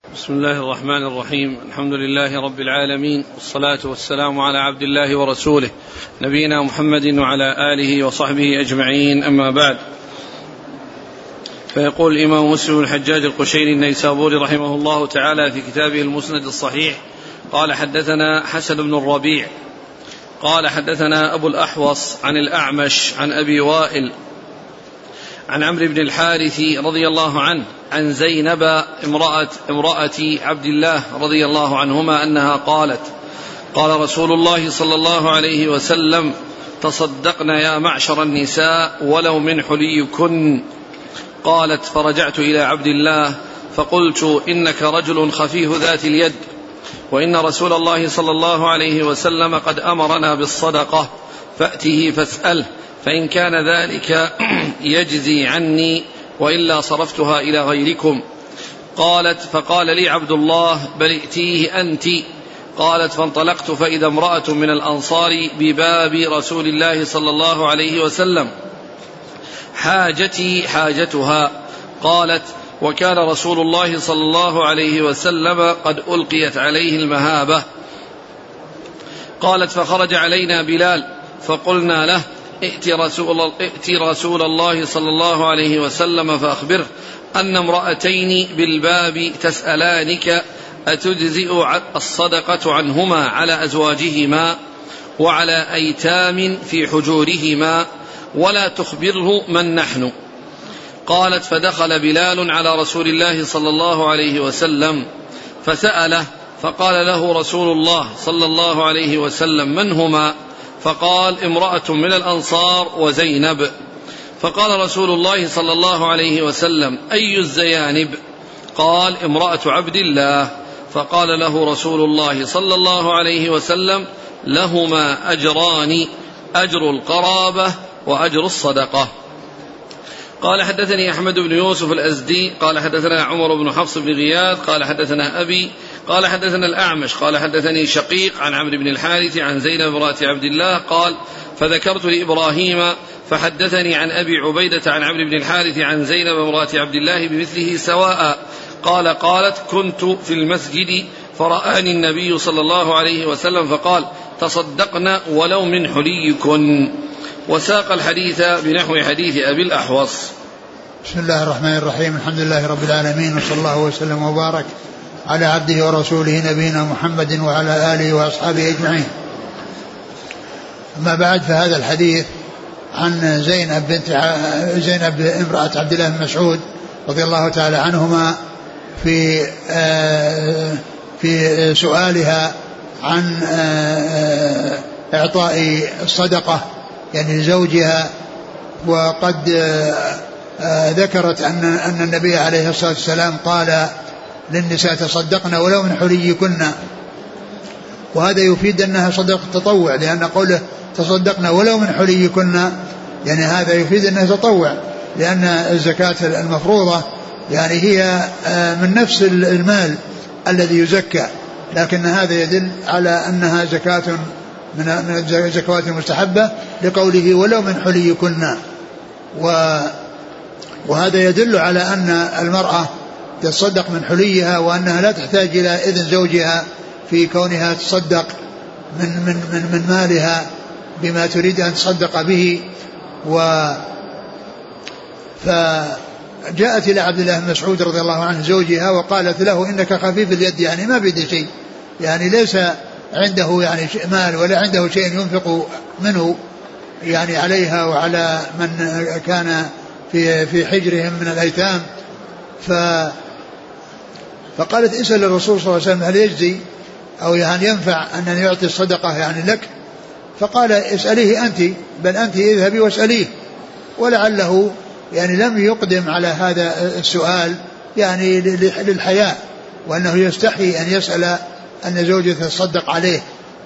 بسم الله الرحمن الرحيم. الحمد لله رب العالمين، والصلاة والسلام على عبد الله ورسوله نبينا محمد وعلى آله وصحبه أجمعين، أما بعد. فيقول الإمام مسلم الحجاج القشيري النيسابوري رحمه الله تعالى في كتابه المسند الصحيح: قال حدثنا حسن بن الربيع قال حدثنا أبو الأحوص عن الأعمش عن أبي وائل عن عمرو بن الحارث رضي الله عنه عن زينب امرأة عبد الله رضي الله عنهما أنها قالت: قال رسول الله صلى الله عليه وسلم: تصدقنا يا معشر النساء ولو من حليكن. قالت: فرجعت إلى عبد الله فقلت: إنك رجل خفيف ذات اليد، وإن رسول الله صلى الله عليه وسلم قد أمرنا بالصدقة، فأته فاسأله، فإن كان ذلك يجزي عني، وإلا صرفتها إلى غيركم. قالت: فقال لي عبد الله: بل ائتيه أنت. قالت: فانطلقت فإذا امرأة من الأنصار بباب رسول الله صلى الله عليه وسلم، حاجتي حاجتها. قالت: وكان رسول الله صلى الله عليه وسلم قد ألقيت عليه المهابة. قالت: فخرج علينا بلال فقلنا له: ائت رسول الله صلى الله عليه وسلم فأخبره أن امرأتين بالباب تسألانك أتجزئ الصدقة عنهما على أزواجهما وعلى أيتام في حجورهما، ولا تخبره من نحن. قالت: فدخل بلال على رسول الله صلى الله عليه وسلم فسأله، فقال له رسول الله صلى الله عليه وسلم: من هما؟ فقال: امرأة من الأنصار وزينب. فقال رسول الله صلى الله عليه وسلم: أي الزيانب؟ قال: امرأة عبد الله. فقال له رسول الله صلى الله عليه وسلم: لهما أجران، أجر القرابة وأجر الصدقة. قال: حدثني أحمد بن يوسف الأزدي قال حدثنا عمر بن حفص بن غياث قال حدثنا أبي قال حدثنا الأعمش قال حدثني شقيق عن عمرو بن الحارث عن زينب امرأة عبد الله قال: فذكرت لإبراهيم فحدثني عن أبي عبيدة عن عمرو بن الحارث عن زينب امرأة عبد الله بمثله سواء. قالت: كنت في المسجد فرآني النبي صلى الله عليه وسلم فقال: تصدقن ولو من حليكن. وساق الحديث بنحو حديث أبي الأحوص. بسم الله الرحمن الرحيم. الحمد لله رب العالمين، وصلى الله وسلم وبارك على عبده ورسوله نبينا محمد وعلى آله وأصحابه أجمعين. أما بعد، فهذا الحديث عن زينب امرأة عبد الله بن مسعود رضي الله تعالى عنهما في سؤالها عن إعطاء الصدقة يعني لزوجها، وقد ذكرت أن النبي عليه الصلاة والسلام قال للنساء: تصدقن ولو من حليكن، وهذا يفيد أنها صدقة تطوع، لأن قوله تصدقن ولو من حليكن يعني هذا يفيد أنها تطوع، لأن الزكاة المفروضة يعني هي من نفس المال الذي يزكى، لكن هذا يدل على أنها زكاة من الزكوات المستحبة لقوله ولو من حليكن. وهذا يدل على أن المرأة تصدق من حليها، وأنها لا تحتاج إلى إذن زوجها في كونها تصدق من مالها بما تريد أن تصدق به. فجاءت إلى عبد الله بن مسعود رضي الله عنه زوجها وقالت له: إنك خفيف اليد، يعني ما بيده شيء، يعني ليس عنده يعني مال ولا عنده شيء ينفق منه يعني عليها وعلى من كان في حجرهم من الأيتام. فقالت: اسأل الرسول صلى الله عليه وسلم هل يجزي أو يعني ينفع أن يعطي الصدقة يعني لك؟ فقال: اسأليه أنت، بل أنت اذهبي واسأليه. ولعله يعني لم يقدم على هذا السؤال يعني للحياء، وأنه يستحي أن يسأل أن زوجته تصدق عليه.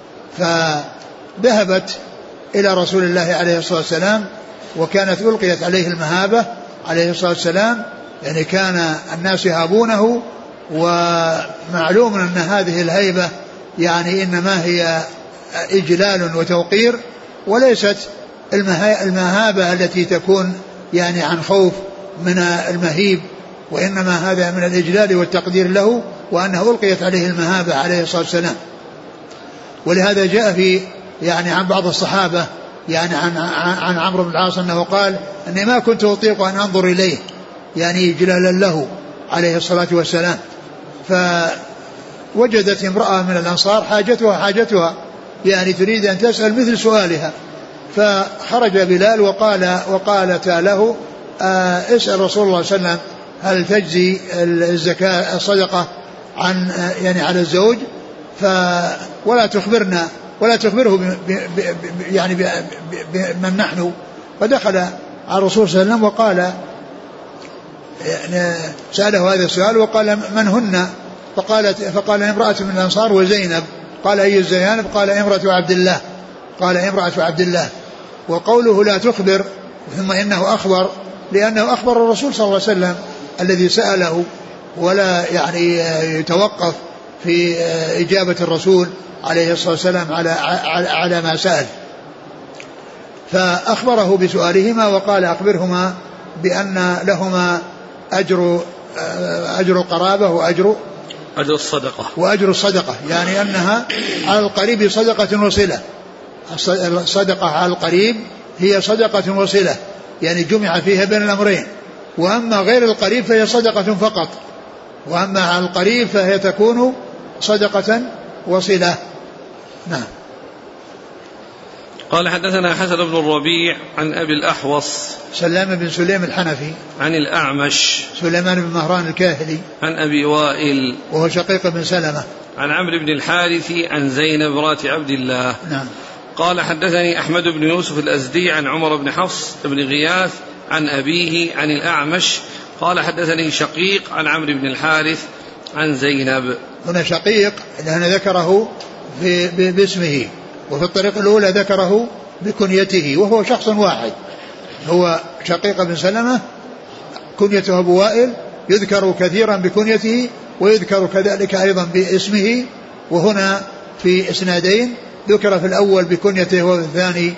فذهبت إلى رسول الله عليه الصلاة والسلام، وكانت ألقيت عليه المهابة عليه الصلاة والسلام، يعني كان الناس يهابونه، ومعلوم أن هذه الهيبة يعني إنما هي إجلال وتوقير، وليست المهابة التي تكون يعني عن خوف من المهيب، وإنما هذا من الإجلال والتقدير له وأنه ألقيت عليه المهابة عليه الصلاة والسلام. ولهذا جاء في يعني عن بعض الصحابة يعني عن عمرو بن العاص أنه قال أني ما كنت أطيق أن أنظر إليه يعني جلالا له عليه الصلاة والسلام. فوجدت امرأة من الأنصار حاجتها يعني تريد أن تسأل مثل سؤالها، فخرج بلال وقالت له اسأل رسول الله صلى الله عليه وسلم هل تجزي الزكاة الصدقة عن يعني على الزوج ولا تخبره يعني بمن نحن. فدخل على الرسول صلى الله عليه وسلم وقال يعني سأله هذا السؤال وقال من هن؟ فقال امرأة من الأنصار وزينب. قال أي زينب؟ قال امرأة عبد الله. وقوله لا تخبر ثم إنه أخبر لأنه أخبر الرسول صلى الله عليه وسلم الذي سأله، ولا يعني يتوقف في إجابة الرسول عليه الصلاة والسلام على ما سأل. فأخبره بسؤالهما وقال أخبرهما بأن لهما أجر القرابة وأجر الصدقة يعني أنها على القريب صدقة وصلة. الصدقة على القريب هي صدقة وصلة يعني جمع فيها بين الأمرين، وأما غير القريب فهي صدقة فقط، وأما على القريب فهي تكون صدقة وصلة. نعم. قال حدثنا حسن بن الربيع عن أبي الأحوص سلام بن سليم الحنفي عن الأعمش سليمان بن مهران الكاهلي عن أبي وائل وهو شقيق بن سلمة عن عمرو بن الحارث عن زينب امرأة عبد الله. نعم. قال حدثني أحمد بن يوسف الأزدي عن عمر بن حفص بن غياث عن أبيه عن الأعمش قال حدثني شقيق عن عمرو بن الحارث عن زينب. هنا شقيق لأن ذكره باسمه، وفي الطريقة الأولى ذكره بكنيته وهو شخص واحد، هو شقيق بن سلمة كنيته أبو وائل، يذكر كثيرا بكنيته ويذكر كذلك أيضا باسمه، وهنا في إسنادين ذكر في الأول بكنيته وفي الثاني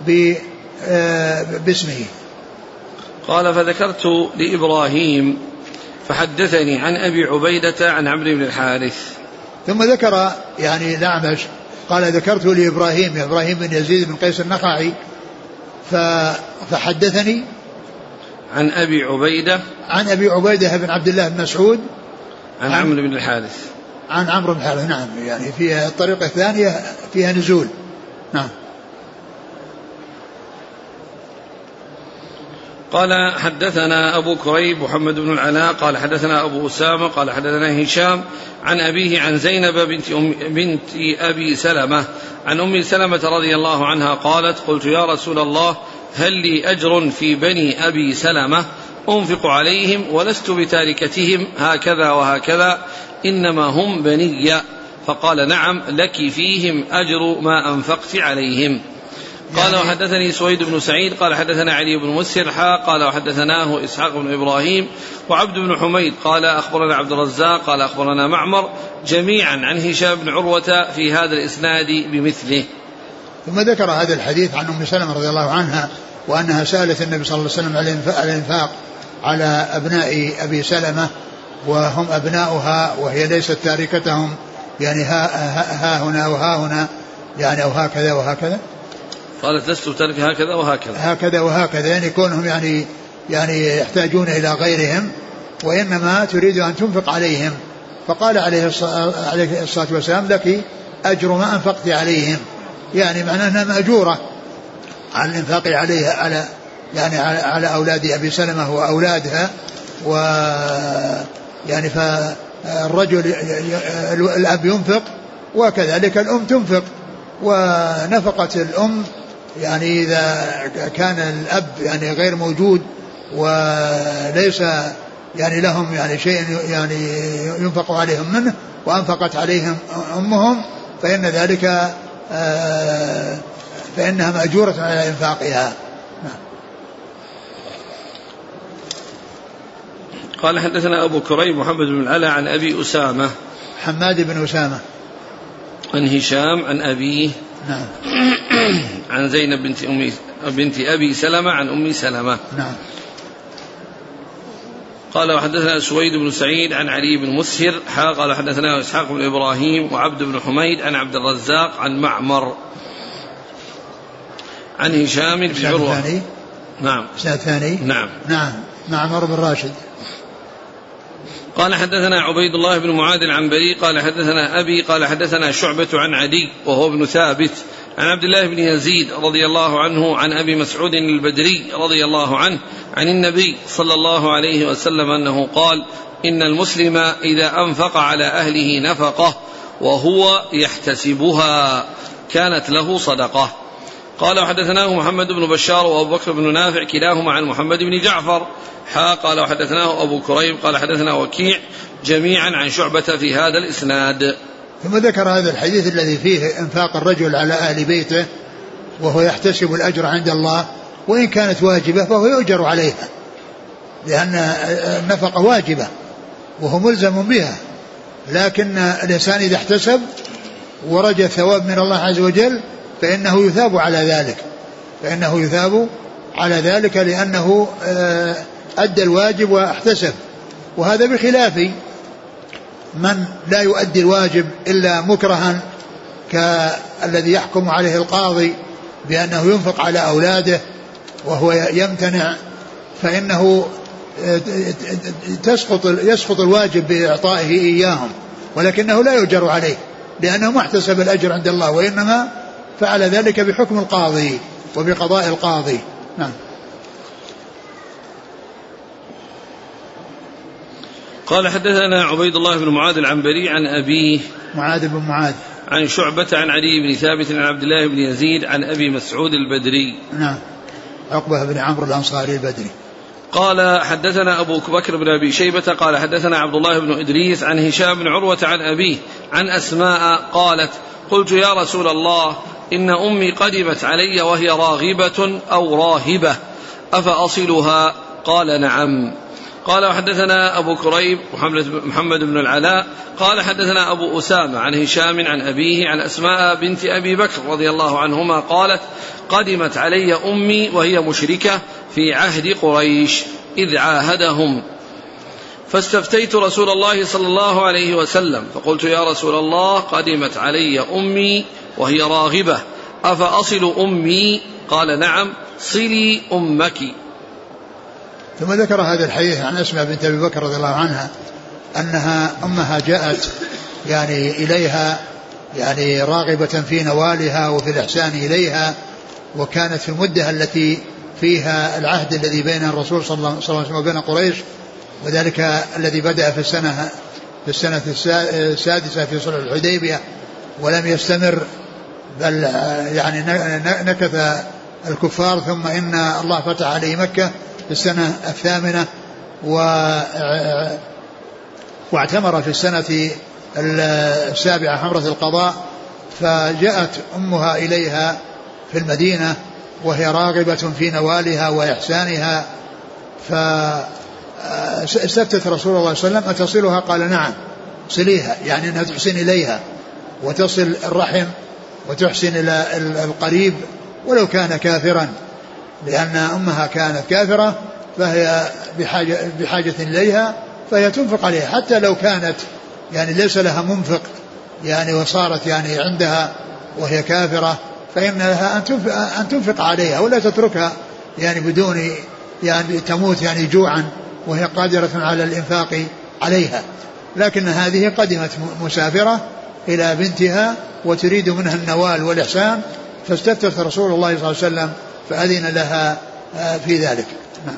باسمه. قال فذكرت لإبراهيم فحدثني عن أبي عبيدة عن عمرو بن الحارث. ثم ذكر يعني الأعمش قال ذكرت لإبراهيم بن يزيد بن قيس النخعي فحدثني عن أبي عبيدة بن عبد الله بن مسعود عن عمرو بن الحارث عن عمرو بن الحارث. نعم يعني في الطريقة الثانية فيها نزول. نعم. قال حدثنا أبو كريب محمد بن العلاء قال حدثنا أبو أسامة قال حدثنا هشام عن أبيه عن زينب بنت أبي سلمة عن أم سلمة رضي الله عنها قالت قلت يا رسول الله هل لي أجر في بني أبي سلمة أنفق عليهم ولست بتاركتهم هكذا وهكذا إنما هم بني؟ فقال نعم لك فيهم أجر ما أنفقت عليهم. قال وحدثني سويد بن سعيد قال حدثنا علي بن مسهر قال وحدثناه إسحاق بن إبراهيم وعبد بن حميد قال أخبرنا عبد الرزاق قال أخبرنا معمر جميعا عن هشام بن عروة في هذا الإسناد بمثله. ثم ذكر هذا الحديث عن أم سلمة رضي الله عنها وأنها سألت النبي صلى الله عليه وسلم على الإنفاق على أبناء أبي سلمة وهم أبناؤها وهي ليست تاركتهم يعني ها هنا وها هنا يعني أو هكذا وهكذا. قالت لست ترك هكذا وهكذا يعني كونهم يعني يحتاجون إلى غيرهم وإنما تريد أن تنفق عليهم. فقال عليه الصلاة والسلام لك أجر ما أنفقت عليهم، يعني معناه أنها مأجورة على الإنفاق عليها على أولاد أبي سلمة وأولادها. ويعني فالرجل الأب ينفق وكذلك الأم تنفق، ونفقة الأم يعني إذا كان الأب يعني غير موجود وليس يعني لهم يعني شيء يعني ينفق عليهم منه وأنفقت عليهم أمهم فإن ذلك فإنها مأجورة على إنفاقها. قال حدثنا أبو كريب محمد بن العلاء عن أبي أسامة حماد بن أسامة عن هشام عن أبيه نعم عن زينب بنت أبي سلمة عن أم سلمة. نعم. قال وحدثنا سويد بن سعيد عن علي بن مسهر قال حدثنا إسحاق بن إبراهيم وعبد بن حميد عن عبد الرزاق عن معمر عن هشام بن عروة. نعم. سنة ثاني. نعم. نعم. معمر بن راشد. قال حدثنا عبيد الله بن معاذ العنبري قال حدثنا أبي قال حدثنا شعبة عن عدي وهو ابن ثابت عن عبد الله بن يزيد رضي الله عنه عن أبي مسعود البدري رضي الله عنه عن النبي صلى الله عليه وسلم أنه قال إن المسلم إذا أنفق على أهله نفقة وهو يحتسبها كانت له صدقة. قال وحدثناه محمد بن بشار وأبو بكر بن نافع كلاهما عن محمد بن جعفر قال وحدثناه أبو كريب قال حدثنا وكيع جميعا عن شعبة في هذا الإسناد. ثم ذكر هذا الحديث الذي فيه إنفاق الرجل على أهل بيته وهو يحتسب الأجر عند الله، وإن كانت واجبة فهو يؤجر عليها، لأن النفقة واجبة وهو ملزم بها، لكن الإنسان إذا احتسب ورجى ثواب من الله عز وجل فإنه يثاب على ذلك لأنه أدى الواجب واحتسب. وهذا بخلاف من لا يؤدي الواجب إلا مكرها كالذي يحكم عليه القاضي بأنه ينفق على أولاده وهو يمتنع، فإنه يسقط الواجب بإعطائه إياهم، ولكنه لا يؤجر عليه لأنه ما احتسب الأجر عند الله، وإنما فعل ذلك بحكم القاضي وبقضاء القاضي. نعم. قال حدثنا عبيد الله بن معاذ العنبري عن أبيه معاذ بن معاذ عن شعبة عن علي بن ثابت عن عبد الله بن يزيد عن أبي مسعود البدري. نعم. عقبة بن عمرو الأنصاري البدري. قال حدثنا أبو بكر بن أبي شيبة قال حدثنا عبد الله بن إدريس عن هشام بن عروة عن أبيه عن أسماء قالت قلت يا رسول الله إن أمي قدمت علي وهي راغبة أو راهبة أفأصلها؟ قال نعم. قال وحدثنا أبو كريب محمد بن العلاء قال حدثنا أبو أسامة عن هشام عن أبيه عن أسماء بنت أبي بكر رضي الله عنهما قالت قدمت علي أمي وهي مشركة في عهد قريش إذ عاهدهم فاستفتيت رسول الله صلى الله عليه وسلم فقلت يا رسول الله قدمت علي أمي وهي راغبة أفأصل أمي؟ قال نعم صلي أمك. ثم ذكر هذا الحديث عن أسماء بنت أبي بكر رضي الله عنها أنها أمها جاءت يعني إليها يعني راغبة في نوالها وفي الإحسان إليها، وكانت في المدة التي فيها العهد الذي بين الرسول صلى الله عليه وسلم وبين قريش، وذلك الذي بدأ في السنة السادسة في صلح الحديبية ولم يستمر، بل يعني نكث الكفار، ثم إن الله فتح عليه مكة في السنة الثامنة واعتمر في السنة السابعة حمرة القضاء. فجاءت أمها إليها في المدينة وهي راغبة في نوالها وإحسانها، فاستفتت رسول الله صلى الله عليه وسلم أتصلها؟ قال نعم صليها، يعني أنها تحسن إليها وتصل الرحم وتحسن إلى القريب ولو كان كافرا، لأن أمها كانت كافرة فهي بحاجة إليها، فهي تنفق عليها حتى لو كانت يعني ليس لها منفق يعني وصارت يعني عندها وهي كافرة، فإن لها أن تنفق عليها ولا تتركها يعني بدون يعني تموت يعني جوعا وهي قادرة على الإنفاق عليها. لكن هذه قدمت مسافرة إلى بنتها وتريد منها النوال والإحسان، فاستفتت رسول الله صلى الله عليه وسلم فأذن لها في ذلك.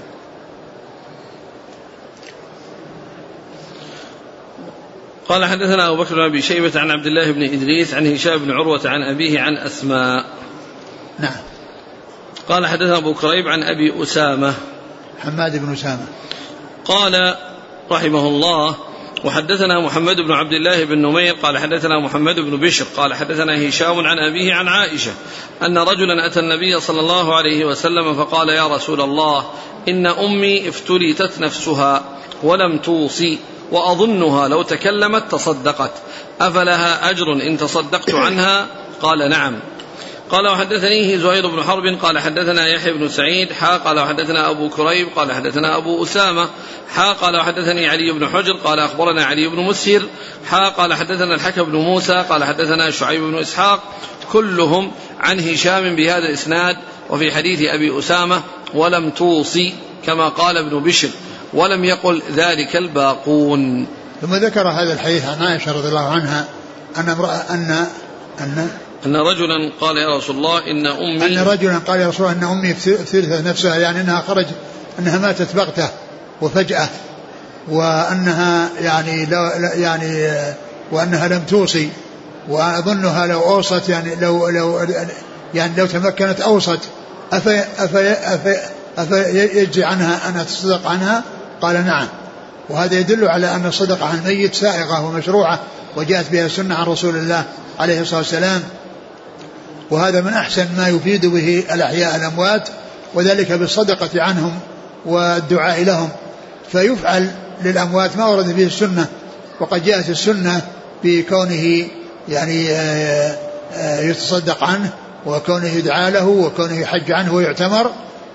قال حدثنا أبو بكر بن أبي شيبة عن عبد الله بن إدريس عن هشام بن عروة عن أبيه عن أسماء. نعم. قال حدثنا أبو كريب عن أبي أسامة حماد بن أسامة قال رحمه الله وحدثنا محمد بن عبد الله بن نمير قال حدثنا محمد بن بشر قال حدثنا هشام عن أبيه عن عائشة أن رجلا أتى النبي صلى الله عليه وسلم فقال يا رسول الله إن أمي افتلتت نفسها ولم توصي وأظنها لو تكلمت تصدقت أفلها أجر إن تصدقت عنها؟ قال نعم. قال وحدثنيه زهير بن حرب قال حدثنا يحيى بن سعيد قال وحدثنا أبو كريب قال حدثنا أبو أسامة قال وحدثني علي بن حجر قال أخبرنا علي بن مسهر قال حدثنا الحكم بن موسى قال حدثنا شعيب بن إسحاق كلهم عن هشام بهذا الإسناد. وفي حديث أبي أسامة ولم توصي كما قال ابن بشر ولم يقل ذلك الباقون. ثم ذكر هذا الحديث عن عائشة رضي الله عنها أن رجلا قال يا رسول الله إن أمي إن أمي ثلثت نفسها، يعني أنها أنها ماتت بغتة وفجأة، وأنها وأنها لم توصي، وأظنها لو أوصت لو تمكنت أوصت يجزي عنها أن تصدق عنها؟ قال نعم. وهذا يدل على أن الصدقة عن الميت سائغة ومشروعة وجاءت بها السنة عن رسول الله عليه الصلاة والسلام، وهذا من أحسن ما يفيد به الأحياء الأموات، وذلك بالصدقة عنهم والدعاء لهم، فيفعل للأموات ما ورد به السنة. وقد جاءت السنة بكونه يتصدق عنه، وكونه يدعى له، وكونه يحج عنه ويعتمر،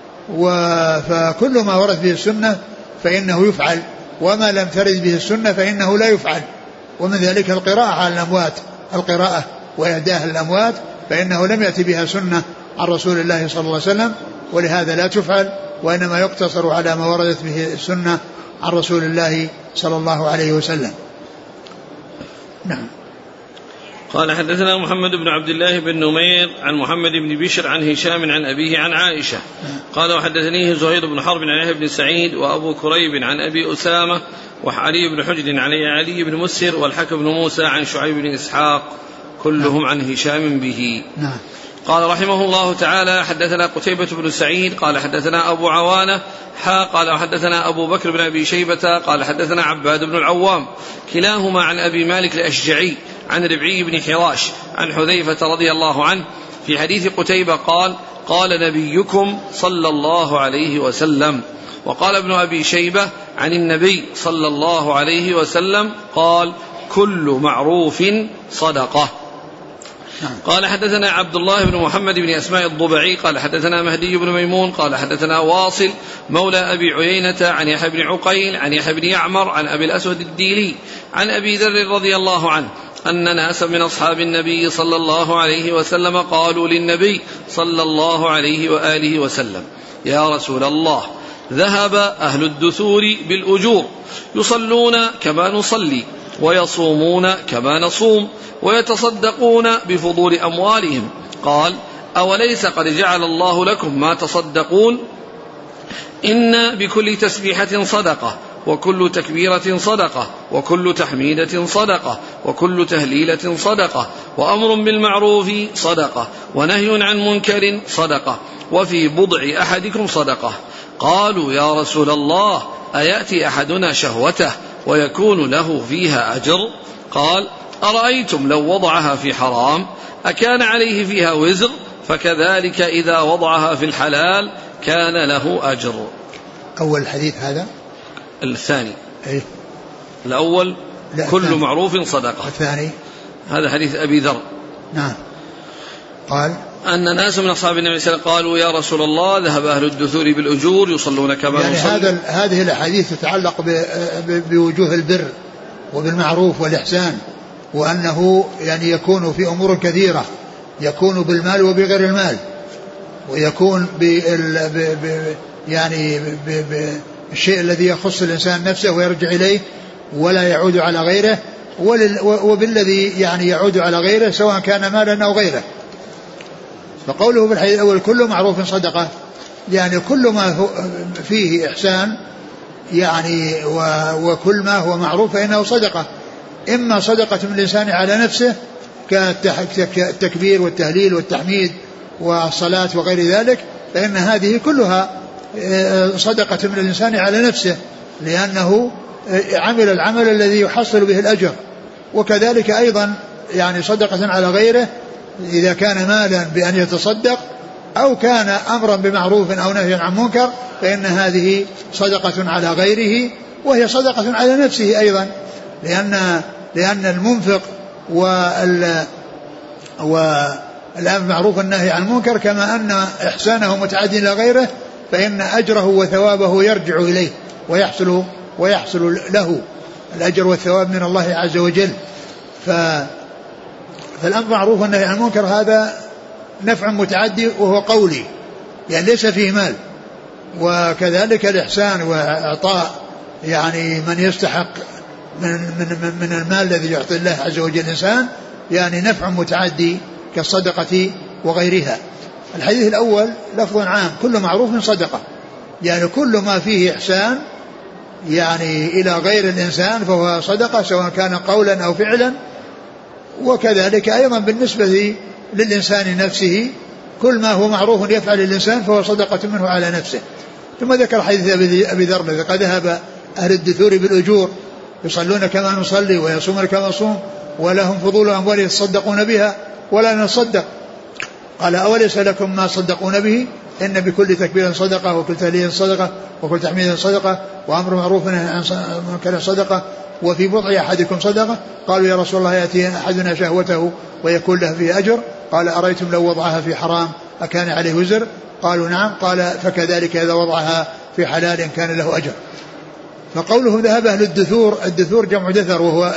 فكل ما ورد به السنة فإنه يفعل، وما لم ترد به السنة فإنه لا يفعل. ومن ذلك القراءة على الأموات، القراءة وإهداء الأموات، فإنه لم يأتي بها سنة عن رسول الله صلى الله عليه وسلم، ولهذا لا تفعل، وإنما يقتصر على ما وردت به السنة عن رسول الله صلى الله عليه وسلم. نعم. قال حدثنا محمد بن عبد الله بن نمير عن محمد بن بشر عن هشام عن أبيه عن عائشة قال وحدثنيه زهير بن حرب عن يحيى بن سعيد وأبو كريب عن أبي أسامة وعلي بن حجر عن علي بن مسهر والحكم بن موسى عن شعيب بن إسحاق كلهم عن هشام به. قال رحمه الله تعالى حدثنا قتيبة بن سعيد قال حدثنا أبو عوانة قال وحدثنا أبو بكر بن أبي شيبة قال حدثنا عباد بن العوام كلاهما عن أبي مالك الأشجعي عن ربعي بن حراش عن حذيفة رضي الله عنه في حديث قتيبة قال نبيكم صلى الله عليه وسلم. وقال ابن أبي شيبة عن النبي صلى الله عليه وسلم قال كل معروف صدقة. قال حدثنا عبد الله بن محمد بن أسماء الضبعي قال حدثنا مهدي بن ميمون قال حدثنا واصل مولى أبي عيينة عن يحيى بن عقيل عن يحيى بن يعمر عن أبي الأسود الديلي عن أبي ذر رضي الله عنه أن ناسا من أصحاب النبي صلى الله عليه وسلم قالوا للنبي صلى الله عليه وآله وسلم يا رسول الله ذهب أهل الدثور بالأجور يصلون كما نصلي ويصومون كما نصوم ويتصدقون بفضول أموالهم. قال أوليس قد جعل الله لكم ما تصدقون إن بكل تسبيحة صدقة وكل تكبيرة صدقة وكل تحميدة صدقة وكل تهليلة صدقة وأمر بالمعروف صدقة ونهي عن منكر صدقة وفي بضع أحدكم صدقة. قالوا يا رسول الله أيأتي أحدنا شهوته ويكون له فيها أجر؟ قال أرأيتم لو وضعها في حرام أكان عليه فيها وزر؟ فكذلك إذا وضعها في الحلال كان له أجر. أول الحديث هذا الثاني الأول كل معروف صدقة. الثاني هذا حديث أبي ذر. نعم. قال أن ناس من أصحاب النبي صلى الله عليه وسلم قالوا يا رسول الله ذهب أهل الدثور بالأجور يصلون كما نصلي. هذه الأحاديث تتعلق بوجوه البر وبالمعروف والإحسان، وأنه يكون في أمور كثيرة، يكون بالمال وبغير المال، ويكون بالشيء الذي يخص الإنسان نفسه ويرجع إليه ولا يعود على غيره، وبالذي يعود على غيره سواء كان مالا أو غيره. فقوله في الحديث الأول كل معروف صدقة، كل ما فيه إحسان وكل ما هو معروف فإنه صدقة، إما صدقة من الإنسان على نفسه كالتكبير والتهليل والتحميد والصلاة وغير ذلك، فإن هذه كلها صدقة من الإنسان على نفسه لأنه عمل العمل الذي يحصل به الأجر. وكذلك أيضا صدقة على غيره إذا كان مالا بأن يتصدق أو كان أمرا بمعروف أو نهي عن منكر فإن هذه صدقة على غيره وهي صدقة على نفسه أيضا، لأن المنفق الأمر بالمعروف والنهي عن المنكر، كما أن إحسانه متعدي إلى غيره فإن أجره وثوابه يرجع إليه ويحصل له الأجر والثواب من الله عز وجل. فالأمر بالمعروف والنهي عن المنكر هذا نفع متعدي وهو قولي، يعني ليس فيه مال. وكذلك الإحسان وإعطاء يعني من يستحق من المال الذي يعطي الله عز وجل الإنسان يعني نفع متعدي كالصدقة وغيرها. الحديث الأول لفظ عام، كل معروف صدقة، يعني كل ما فيه إحسان يعني إلى غير الإنسان فهو صدقة سواء كان قولا أو فعلا. وكذلك أيضا بالنسبة للإنسان نفسه كل ما هو معروف يفعل الإنسان فهو صدقة منه على نفسه. ثم ذكر حديث أبي ذر الذي قد ذهب أهل الدثور بالأجور يصلون كما نصلي ويصومون كما نصوم ولهم فضول أموال يتصدقون بها ولا نصدق. قال أوليس لكم ما تصدقون به؟ إن بكل تكبير صدقة وكل تهليل صدقة وكل تحميد صدقة وأمر معروف عن منكر صدقة وفي بضع أحدكم صدقة. قالوا يا رسول الله يأتي أحدنا شهوته ويكون له فيه أجر. قال أرأيتم لو وضعها في حرام أكان عليه وزر؟ قالوا نعم. قال فكذلك إذا وضعها في حلال كان له أجر. فقوله ذهب أهل الدثور جمع دثر وهو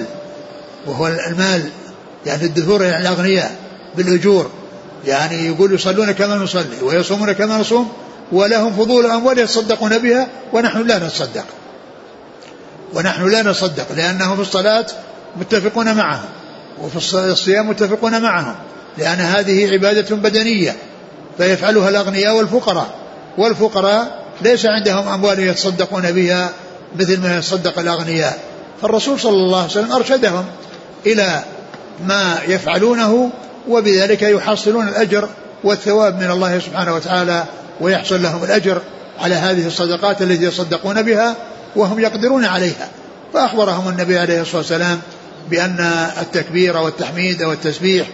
المال يعني الدثور يعني الأغنياء بالأجور، يعني يقول يصلون كما نصلي ويصومون كما نصوم ولهم فضول أموال يتصدقون بها ونحن لا نصدق لأنهم في الصلاة متفقون معهم وفي الصيام متفقون معهم، لأن هذه عبادة بدنية فيفعلها الأغنياء والفقراء ليس عندهم أموال يتصدقون بها مثل ما يتصدق الأغنياء. فالرسول صلى الله عليه وسلم أرشدهم إلى ما يفعلونه وبذلك يحصلون الأجر والثواب من الله سبحانه وتعالى ويحصل لهم الأجر على هذه الصدقات التي يصدقون بها وهم يقدرون عليها. فأخبرهم النبي عليه الصلاة والسلام بأن التكبير والتحميد والتسبيح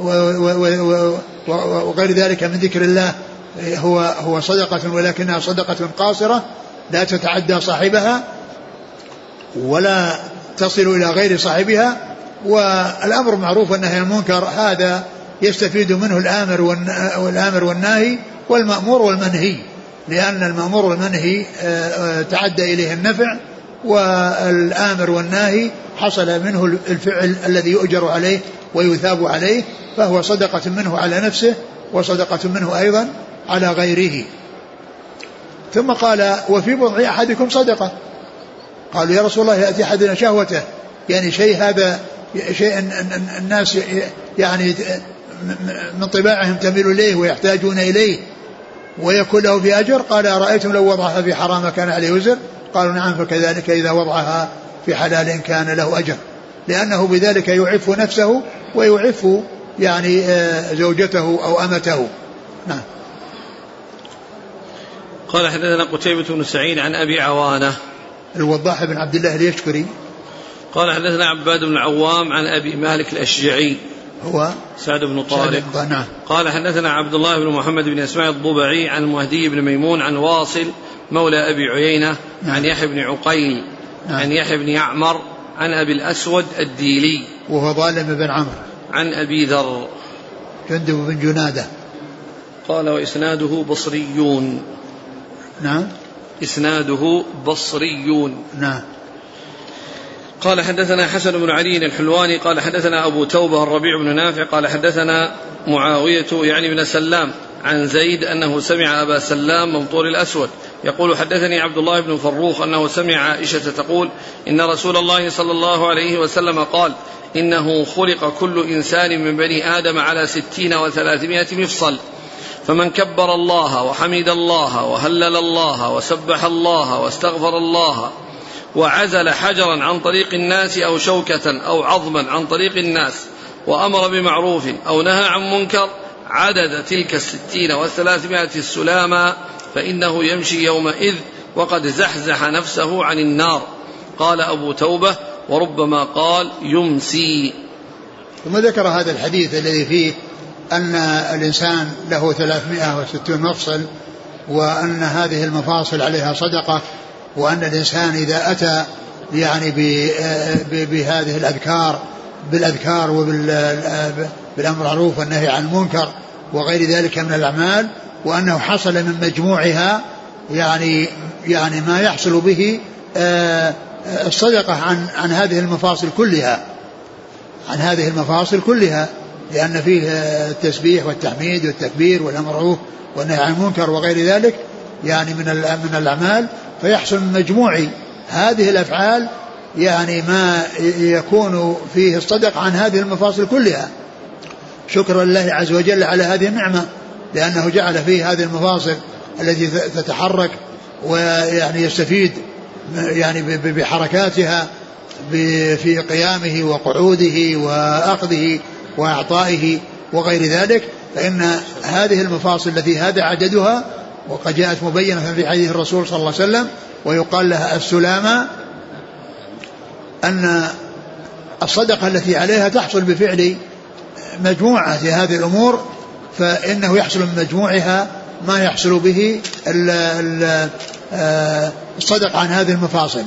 وغير ذلك من ذكر الله هو صدقة، ولكنها صدقة قاصرة لا تتعدى صاحبها ولا تصل إلى غير صاحبها. والأمر معروف والنهي عن المنكر هذا يستفيد منه الآمر والناهي والمأمور والمنهي، لأن المأمور والمنهي تعدى إليه النفع، والآمر والناهي حصل منه الفعل الذي يؤجر عليه ويثاب عليه، فهو صدقة منه على نفسه وصدقة منه أيضا على غيره. ثم قال وفي بضع أحدكم صدقة. قالوا يا رسول الله يأتي أحدنا شهوته، يعني شيء هذا شيء الناس يعني من طباعهم تميل إليه ويحتاجون إليه ويكون له في أجر. قال أرأيتم لو وضعها في حرام كان عليه وزر؟ قالوا نعم فكذلك إذا وضعها في حلال كان له أجر، لأنه بذلك يعف نفسه ويعف يعني زوجته أو أمته. نعم. قال حدثنا قتيبة بن سعيد عن أبي عوانة الوضاح بن عبد الله اليشكري. قال حدثنا عباد بن العوام عن أبي مالك الأشجعي هو سعد بن طارق. نعم. قال حدثنا عبد الله بن محمد بن إسماعيل الضبعي عن مهدي بن ميمون عن واصل مولى أبي عيينة. نعم. عن يحيى بن عقيل. نعم. عن يحيى بن يعمر عن أبي الأسود الديلي وهو ظالم بن عمرو. عن أبي ذر جندب بن جنادة. قال وإسناده بصريون. نعم. إسناده بصريون. نعم. قال حدثنا حسن بن علي الحلواني قال حدثنا أبو توبة الربيع بن نافع قال حدثنا معاوية يعني بن سلام عن زيد أنه سمع أبا سلام ممطور الأسود يقول حدثني عبد الله بن فروخ أنه سمع عائشة تقول إن رسول الله صلى الله عليه وسلم قال إنه خلق كل إنسان من بني آدم على 60 و300 مفصل، فمن كبر الله وحمد الله وهلل الله وسبح الله واستغفر الله وعزل حجرا عن طريق الناس أو شوكة أو عظما عن طريق الناس وأمر بمعروف أو نهى عن منكر عدد تلك 60 و300 السلامة فإنه يمشي يومئذ وقد زحزح نفسه عن النار. قال أبو توبة وربما قال يمسي. ثم ذكر هذا الحديث الذي فيه أن الإنسان له 360 مفصل، وأن هذه المفاصل عليها صدقة، وأن الإنسان إذا أتى يعني بهذه الأذكار بالأذكار وبالأمر بالمعروف والنهي عن المنكر وغير ذلك من الأعمال، وأنه حصل من مجموعها يعني ما يحصل به الصدقة عن هذه المفاصل كلها، لأن فيه التسبيح والتحميد والتكبير والأمر بالمعروف والنهي عن المنكر وغير ذلك يعني من الأعمال، فيحصل من مجموع هذه الأفعال يعني ما يكون فيه الصدق عن هذه المفاصل كلها، شكرا لله عز وجل على هذه النعمة، لأنه جعل فيه هذه المفاصل التي تتحرك ويعني يستفيد يعني بحركاتها في قيامه وقعوده وأخذه وإعطائه وغير ذلك. فإن هذه المفاصل التي هذا عددها، وقد جاءت مبينة في حديث الرسول صلى الله عليه وسلم ويقال لها السلامة، أن الصدقة التي عليها تحصل بفعل مجموعة هذه الأمور، فإنه يحصل من مجموعها ما يحصل به الصدق عن هذه المفاصل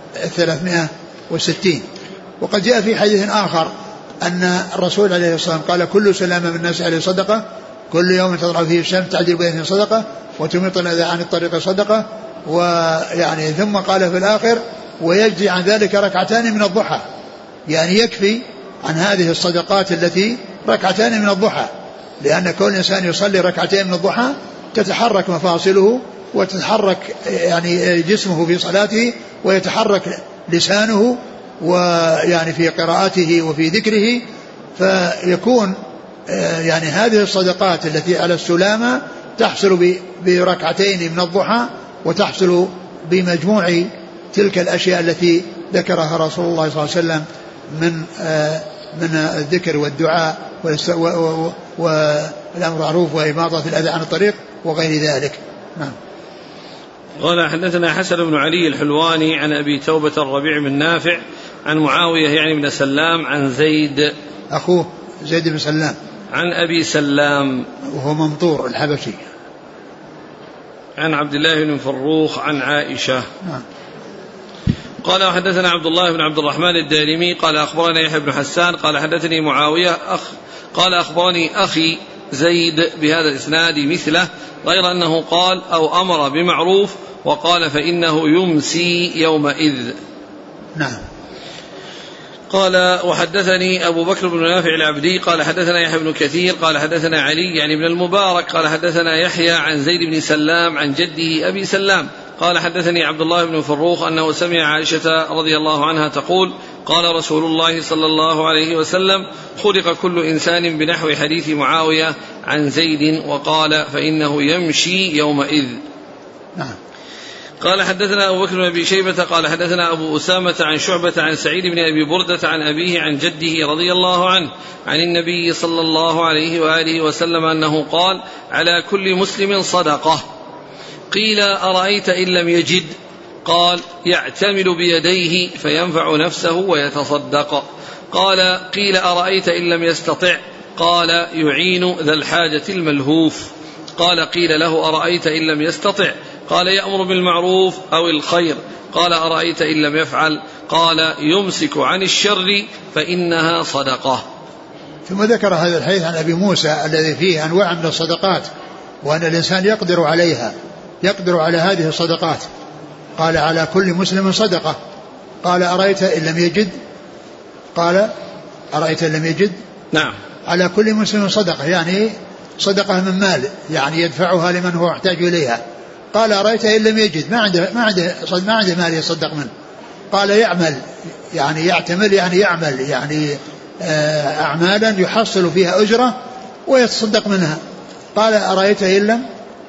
360. وقد جاء في حديث آخر أن الرسول عليه الصلاة والسلام قال كل سلامة من الناس عليه صدقة، كل يوم تطلع فيه الشمس تعدل بين صدقة وتميط الأذى عن الطريق صدقة، ويعني ثم قال في الآخر ويجزي عن ذلك ركعتان من الضحى، يعني يكفي عن هذه الصدقات التي ركعتان من الضحى، لأن كل إنسان يصلي ركعتين من الضحى تتحرك مفاصله وتتحرك يعني جسمه في صلاته ويتحرك لسانه ويعني في قراءته وفي ذكره، فيكون يعني هذه الصدقات التي على السلامة تحصل بركعتين من الضحى، وتحصل بمجموع تلك الأشياء التي ذكرها رسول الله صلى الله عليه وسلم من الذكر والدعاء والأمر بالمعروف وإماطة الأذى عن الطريق وغير ذلك. نعم. قال حدثنا حسن بن علي الحلواني عن أبي توبة الربيع بن نافع عن معاوية يعني بن سلام عن زيد أخوه زيد بن سلام عن أبي سلام وهو ممطور الحبشي عن عبد الله بن فروخ عن عائشة. نعم. قال حدثنا عبد الله بن عبد الرحمن الدارمي قال أخبرنا يحيى بن حسان قال حدثني معاوية قال أخبرني أخي زيد بهذا الإسناد مثله، غير أنه قال أو أمر بمعروف وقال فإنه يمسي يومئذ. نعم. قال وحدثني أبو بكر بن نافع العبدي قال حدثنا يحيى بن كثير قال حدثنا علي يعني بن المبارك قال حدثنا يحيى عن زيد بن سلام عن جده أبي سلام قال حدثني عبد الله بن فروخ أنه سمع عائشة رضي الله عنها تقول قال رسول الله صلى الله عليه وسلم خلق كل إنسان بنحو حديث معاوية عن زيد وقال فإنه يمشي يومئذ. نعم. قال حدثنا أبو بكر بن أبي شيبة قال حدثنا أبو أسامة عن شعبة عن سعيد بن أبي بردة عن أبيه عن جده رضي الله عنه عن النبي صلى الله عليه وآله وسلم أنه قال على كل مسلم صدقة. قيل أرأيت إن لم يجد؟ قال يعتمل بيديه فينفع نفسه ويتصدق. قيل أرأيت إن لم يستطع؟ قال يعين ذا الحاجة الملهوف. قيل له أرأيت إن لم يستطع؟ قال يأمر بالمعروف أو الخير. قال أرأيت إن لم يفعل؟ قال يمسك عن الشر فإنها صدقة. ثم ذكر هذا الحديث عن أبي موسى الذي فيه أنواع من الصدقات وأن الإنسان يقدر عليها، يقدر على هذه الصدقات. قال على كل مسلم صدقة. قال أرأيت إن لم يجد؟ قال أرأيت إن لم يجد؟ نعم. على كل مسلم صدقة يعني صدقة من مال يعني يدفعها لمن هو يحتاج إليها. قال أرأيت إن لم يجد؟ ما عنده مال يصدق منه. قال يعمل يعني يعتمل يعني يعمل يعني أعمالا يحصل فيها أجرة ويتصدق منها. قال أرأيت إن لم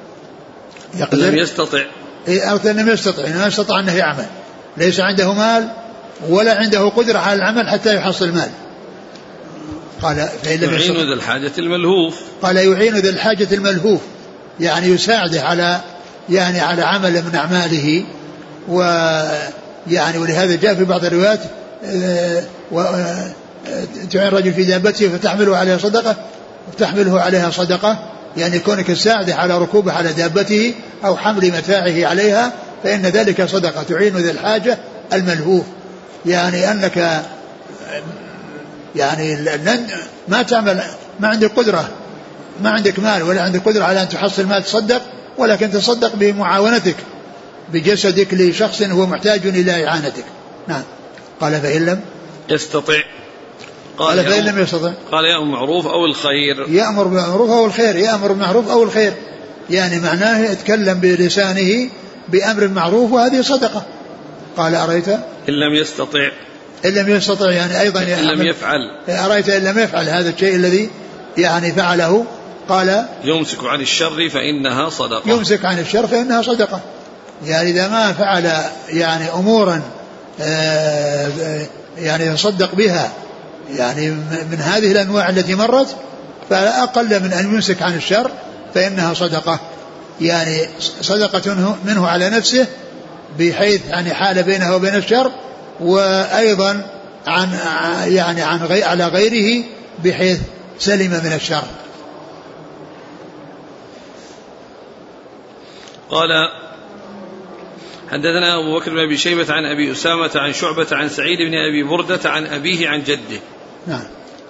يقدر؟ لم يستطع. لم يستطع، ما يستطع أنه يعمل، ليس عنده مال ولا عنده قدرة على العمل حتى يحصل مال. قال يعين ذا الحاجة الملهوف. قال يعين ذا الحاجة الملهوف يعني يساعده على يعني على عمل من أعماله. ويعني ولهذا جاء في بعض الروايات تعين رجل في دابته فتحمله عليها صدقة يعني كونك تساعده على ركوبه على دابته أو حمل متاعه عليها فإن ذلك صدقة تعين ذا الحاجة الملهوف، يعني أنك يعني ما تعمل، ما عندك قدرة، ما عندك مال ولا عندك قدرة على أن تحصل مال تصدق، ولكن تصدق بمعاونتك بجسدك لشخص هو محتاج إلى إعانتك. نعم. قال فإن لم يستطع، قال فإن لم يستطع قال يأمر بالمعروف أو الخير، يأمر بالمعروف أو الخير، يأمر بالمعروف أو الخير، يعني معناه يتكلم بلسانه بأمر معروف وهذه صدقة. قال أرأيت إن لم يستطع، إن لم يستطع يعني أيضا إن لم يفعل، أرأيت إن لم يفعل هذا الشيء الذي يعني فعله، قال يمسك عن الشر فإنها صدقة، يمسك عن الشر فإنها صدقة. يعني إذا ما فعل يعني أمورا يعني يصدق بها يعني من هذه الأنواع التي مرت، فلا أقل من أن يمسك عن الشر فإنها صدقة، يعني صدقة منه على نفسه بحيث يعني حال بينه وبين الشر، وأيضا عن يعني على غيره بحيث سلم من الشر. قال حدثنا أبو بكر بن أبي شيبة عن أبي أسامة عن شعبة عن سعيد بن أبي بردة عن أبيه عن جده. نعم.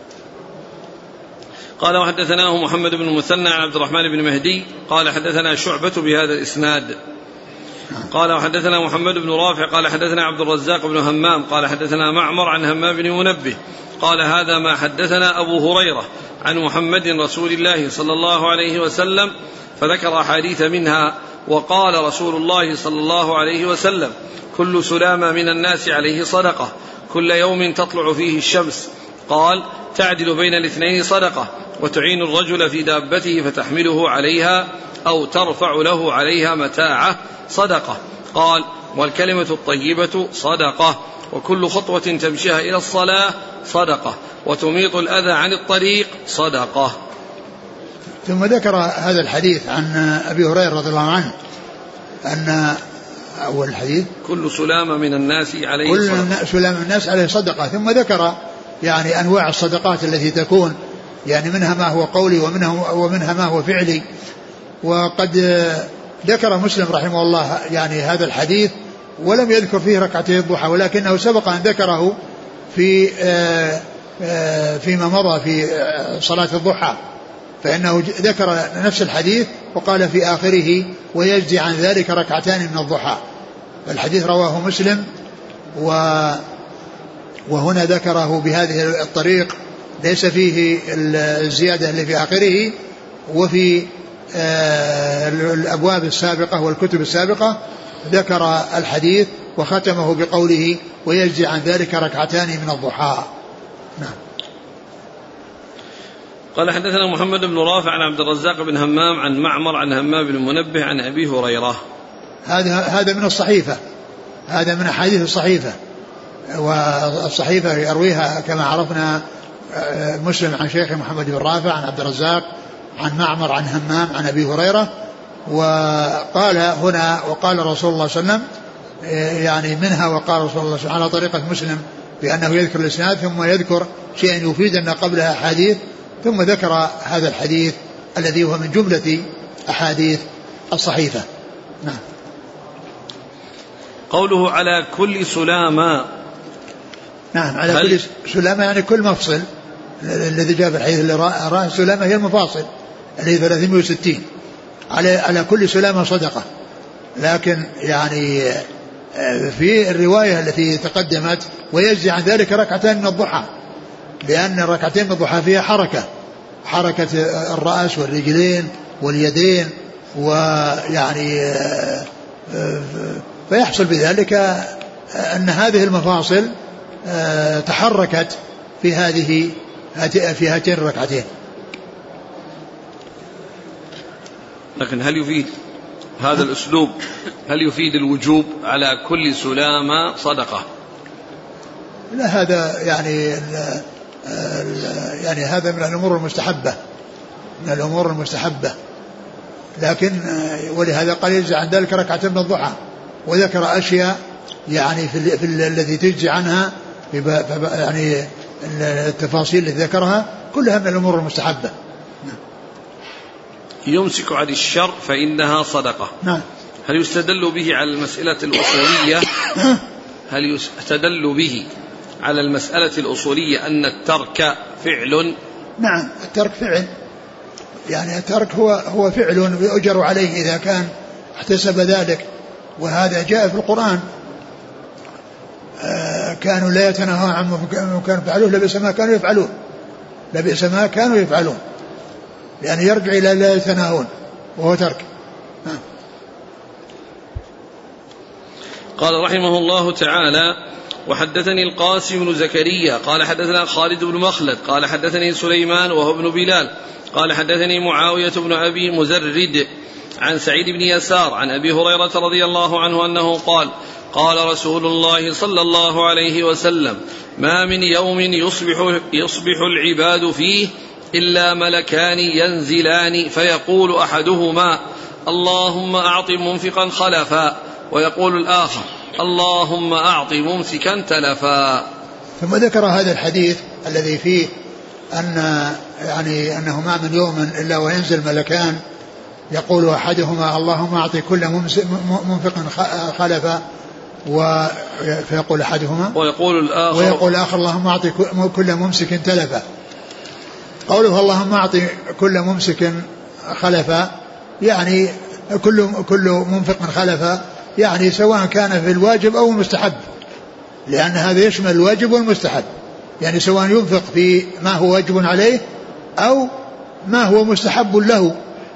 قال وحدثناه محمد بن المثنى عن عبد الرحمن بن مهدي قال حدثنا شعبة بهذا الإسناد. قال وحدثنا محمد بن رافع قال حدثنا عبد الرزاق بن همام قال حدثنا معمر عن همام بن منبه قال هذا ما حدثنا أبو هريرة عن محمد رسول الله صلى الله عليه وسلم، فذكر أحاديث منها. وقال رسول الله صلى الله عليه وسلم كل سلامة من الناس عليه صدقة كل يوم تطلع فيه الشمس. قال تعدل بين الاثنين صدقة، وتعين الرجل في دابته فتحمله عليها أو ترفع له عليها متاعه صدقة. قال والكلمة الطيبة صدقة، وكل خطوة تمشيها إلى الصلاة صدقة، وتميط الأذى عن الطريق صدقة. ثم ذكر هذا الحديث عن أبي هريرة رضي الله عنه أن أول الحديث كل سلامة من الناس عليه كل صدقة، سلامة من الناس عليه صدقة. ثم ذكر يعني أنواع الصدقات التي تكون، يعني منها ما هو قولي ومنها ما هو فعلي. وقد ذكر مسلم رحمه الله يعني هذا الحديث ولم يذكر فيه ركعتي الضحى، ولكنه سبق أن ذكره فيما مضى في صلاة الضحى، فإنه ذكر نفس الحديث وقال في آخره ويجزي عن ذلك ركعتان من الضحى. الحديث رواه مسلم، وهنا ذكره بهذه الطريق، ليس فيه الزيادة اللي في آخره. وفي الأبواب السابقة والكتب السابقة ذكر الحديث وختمه بقوله ويجزي عن ذلك ركعتان من الضحى. نعم. قال حدثنا محمد بن رافع عن عبد الرزاق بن همام عن معمر عن همام بن منبه عن أبي هريرة. هذا من الصحيفة، هذا من أحاديث الصحيفة، والصحيفة يرويها كما عرفنا مسلم عن شيخ محمد بن رافع عن عبد الرزاق عن معمر عن همام عن أبي هريرة. وقال هنا وقال رسول الله صلى الله عليه وسلم، يعني منها وقال رسول الله صلى الله عليه وسلم على طريقة مسلم بأنه يذكر الإسناد ثم يذكر شيئا يفيد أن قبلها أحاديث، ثم ذكر هذا الحديث الذي هو من جملة أحاديث الصحيفة. نعم. قوله على كل سلامة، نعم على كل سلامة يعني كل مفصل، الذي جاء في الحديث اللي رأى السلامة هي المفاصل اللي 360 على كل سلامة صدقة. لكن يعني في الرواية التي تقدمت ويجزي عن ذلك ركعتين من الضحى، لأن الركعتين من الضحى فيها حركة الرأس والرجلين واليدين، ويعني فيحصل بذلك أن هذه المفاصل تحركت في هاتين الركعتين. لكن هل يفيد هذا الأسلوب، هل يفيد الوجوب على كل سلامة صدقة؟ لا، هذا يعني هذا من الأمور المستحبة، لكن ولهذا قال يجزي عن ذلك ركعتين من الضحى، وذكر أشياء يعني في التي تجزي عنها، يعني التفاصيل التي ذكرها كلها من الأمور المستحبة. يمسك عن الشر فإنها صدقة. نعم. هل يستدل به على المسألة الأصولية؟ هل يستدل به على المسألة الأصولية أن الترك فعل؟ نعم الترك فعل، يعني الترك هو فعل يؤجر عليه إذا كان احتسب ذلك، وهذا جاء في القرآن كانوا لا يتناهون عن ما كانوا يفعلون لبئس ما كانوا يفعلون، يعني يرجع إلى لا يتناهون وهو ترك. قال رحمه الله تعالى: وحدثني القاسم بن زكريا قال حدثنا خالد بن مخلد قال حدثني سليمان وهو ابن بلال قال حدثني معاوية بن أبي مزرد عن سعيد بن يسار عن أبي هريرة رضي الله عنه أنه قال: قال رسول الله صلى الله عليه وسلم: ما من يوم يصبح العباد فيه إلا ملكان ينزلان فيقول أحدهما: اللهم أعط منفقا خلفا، ويقول الآخر: اللهم أعط ممسكا تلفا. ثم ذكر هذا الحديث الذي فيه أنه ما من يوم إلا وينزل ملكان يقول أحدهما: اللهم أعط كل منفق خلفا، فيقول أحدهما ويقول الآخر: اللهم أعط كل ممسك تلفا. قوله اللهم أعط كل ممسك خلفا يعني كل منفق خلفا، يعني سواء كان في الواجب أو المستحب، لأن هذا يشمل الواجب والمستحب، يعني سواء ينفق في ما هو واجب عليه أو ما هو مستحب له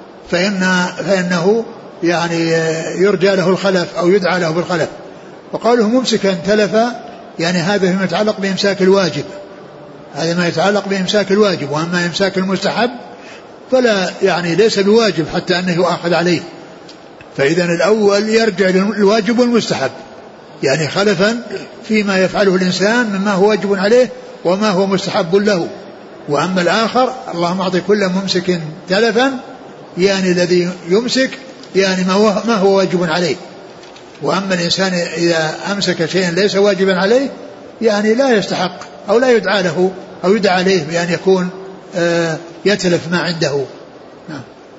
فإنه يعني يرجى له الخلف أو يدعى له بالخلف. وقوله ممسكا تلفا يعني هذا فيما يتعلق بإمساك الواجب، هذا ما يتعلق بإمساك الواجب، وأما إمساك المستحب فلا يعني ليس بواجب حتى أنه يؤاخذ عليه. فإذا الأول يرجع للواجب والمستحب، يعني خلفا فيما يفعله الإنسان مما هو واجب عليه وما هو مستحب له. وأما الآخر اللهم أعطي كل ممسك تلفا يعني الذي يمسك يعني ما هو واجب عليه. وأما الإنسان إذا أمسك شيئا ليس واجبا عليه يعني لا يستحق أو لا يدعى له أو يدعى عليه بأن يكون يتلف ما عنده. نعم.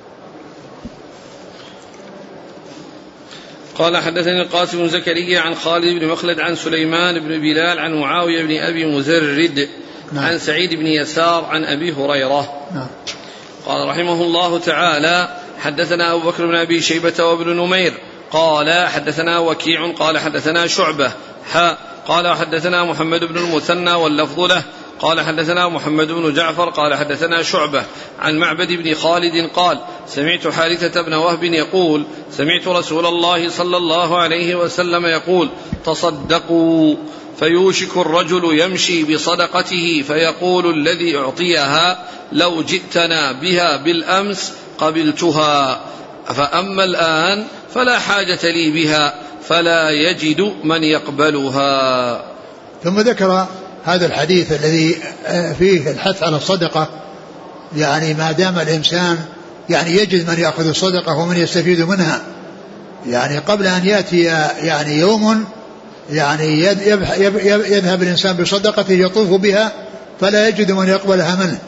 قال حدثني القاسم بن زكريا عن خالد بن مخلد عن سليمان بن بلال عن معاوية بن أبي مزرد عن سعيد بن يسار عن أبي هريرة. قال رحمه الله تعالى: حدثنا أبو بكر بن أبي شيبة وابن نمير قال حدثنا وكيع قال حدثنا شعبة قال حدثنا محمد بن المثنى واللفظ له قال حدثنا محمد بن جعفر قال حدثنا شعبة عن معبد بن خالد قال: سمعت حارثة بن وهب يقول: سمعت رسول الله صلى الله عليه وسلم يقول: تصدقوا، فيوشك الرجل يمشي بصدقته فيقول الذي أعطيها: لو جئتنا بها بالأمس قبلتها، فأما الآن فلا حاجة لي بها، فلا يجد من يقبلها. ثم ذكر هذا الحديث الذي فيه الحث على الصدقة، يعني ما دام الإنسان يعني يجد من يأخذ الصدقة ومن يستفيد منها، يعني قبل أن يأتي يعني يوم يعني يذهب الإنسان بصدقته يطوف بها فلا يجد من يقبلها منه،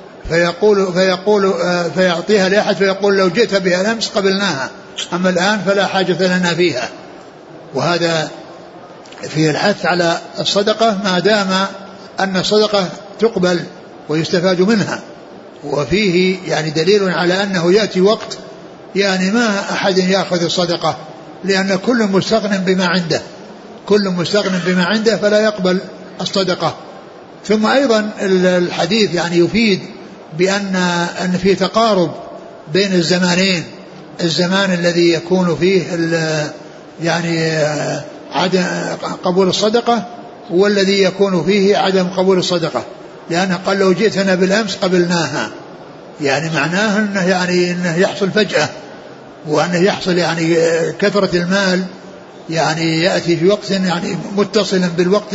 فيعطيها لأحد فيقول: لو جئت بها الأمس قبلناها، أما الآن فلا حاجة لنا فيها. وهذا فيه الحث على الصدقة ما دام أن الصدقة تقبل ويستفاد منها، وفيه يعني دليل على أنه يأتي وقت يعني ما أحد يأخذ الصدقة، لأن كل مستغن بما عنده فلا يقبل الصدقة. ثم أيضا الحديث يعني يفيد بأن في تقارب بين الزمانين، الزمان الذي يكون فيه يعني عدم قبول الصدقة والذي يكون فيه عدم قبول الصدقة، لأنه قال: لو جئتنا بالأمس قبلناها، يعني معناه أنه يحصل فجأة، وأنه يحصل يعني كثرة المال يعني يأتي في وقت يعني متصلا بالوقت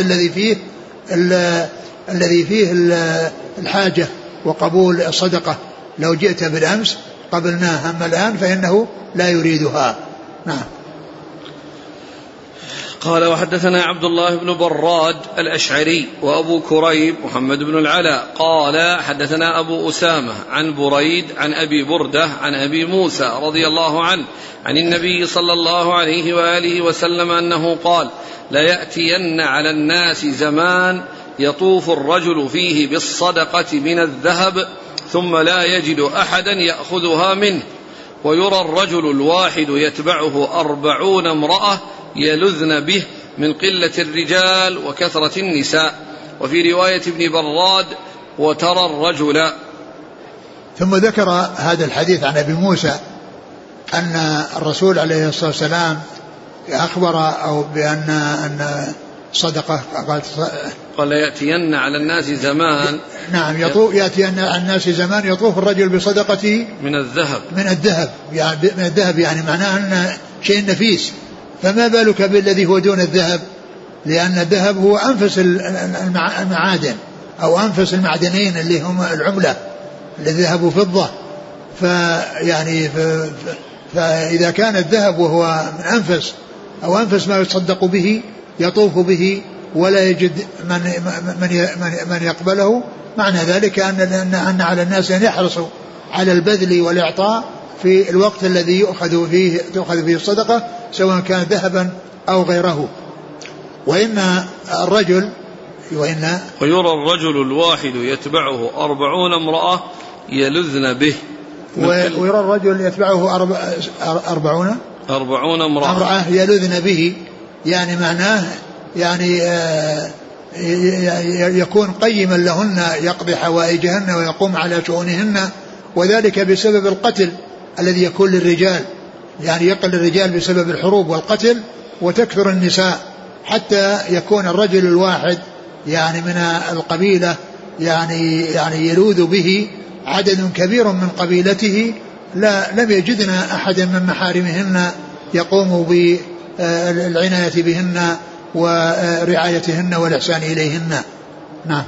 الذي فيه الحاجة وقبول الصدقة. لو جئت بالأمس قبلناها، أما الآن فإنه لا يريدها. نعم. قال: وحدثنا عبد الله بن براد الأشعري وأبو كريب محمد بن العلاء قال حدثنا أبو أسامة عن بريد عن أبي بردة عن أبي موسى رضي الله عنه عن النبي صلى الله عليه وآله وسلم أنه قال: ليأتين على الناس زمان يطوف الرجل فيه بالصدقة من الذهب ثم لا يجد أحدا يأخذها منه، ويرى الرجل الواحد يتبعه 40 امرأة يلذن به من قلة الرجال وكثرة النساء. وفي رواية ابن براد وترى الرجل. ثم ذكر هذا الحديث عن أبي موسى أن الرسول عليه الصلاة والسلام أخبر أو بأن صدقة قال يأتين على الناس زمان. نعم يأتي على الناس زمان يطوف الرجل بصدقته من الذهب يعني معناه أن شيء نفيس، فما بالك بالذي هو دون الذهب، لأن الذهب هو أنفس المعادن أو أنفس المعدنين اللي هم العملة الذهب وفضة. فإذا كان الذهب وهو من أنفس ما يتصدق به يطوف به ولا يجد من يقبله، معنى ذلك أن على الناس أن يحرصوا على البذل والإعطاء في الوقت الذي تؤخذ فيه الصدقة سواء كان ذهبا أو غيره. ويرى الرجل الواحد يتبعه 40 امرأة يلذن به. ويرى الرجل يتبعه 40 امرأة يلذن به، يعني معناه يعني يكون قيما لهن يقضي حوائجهن ويقوم على شؤونهن، وذلك بسبب القتل الذي يكون للرجال، يعني يقل الرجال بسبب الحروب والقتل وتكثر النساء، حتى يكون الرجل الواحد يعني من القبيلة يعني يلوذ به عدد كبير من قبيلته لم يجدنا أحدا من محارمهن يقوم بالعناية بهن ورعايتهن والإحسان إليهن. نعم.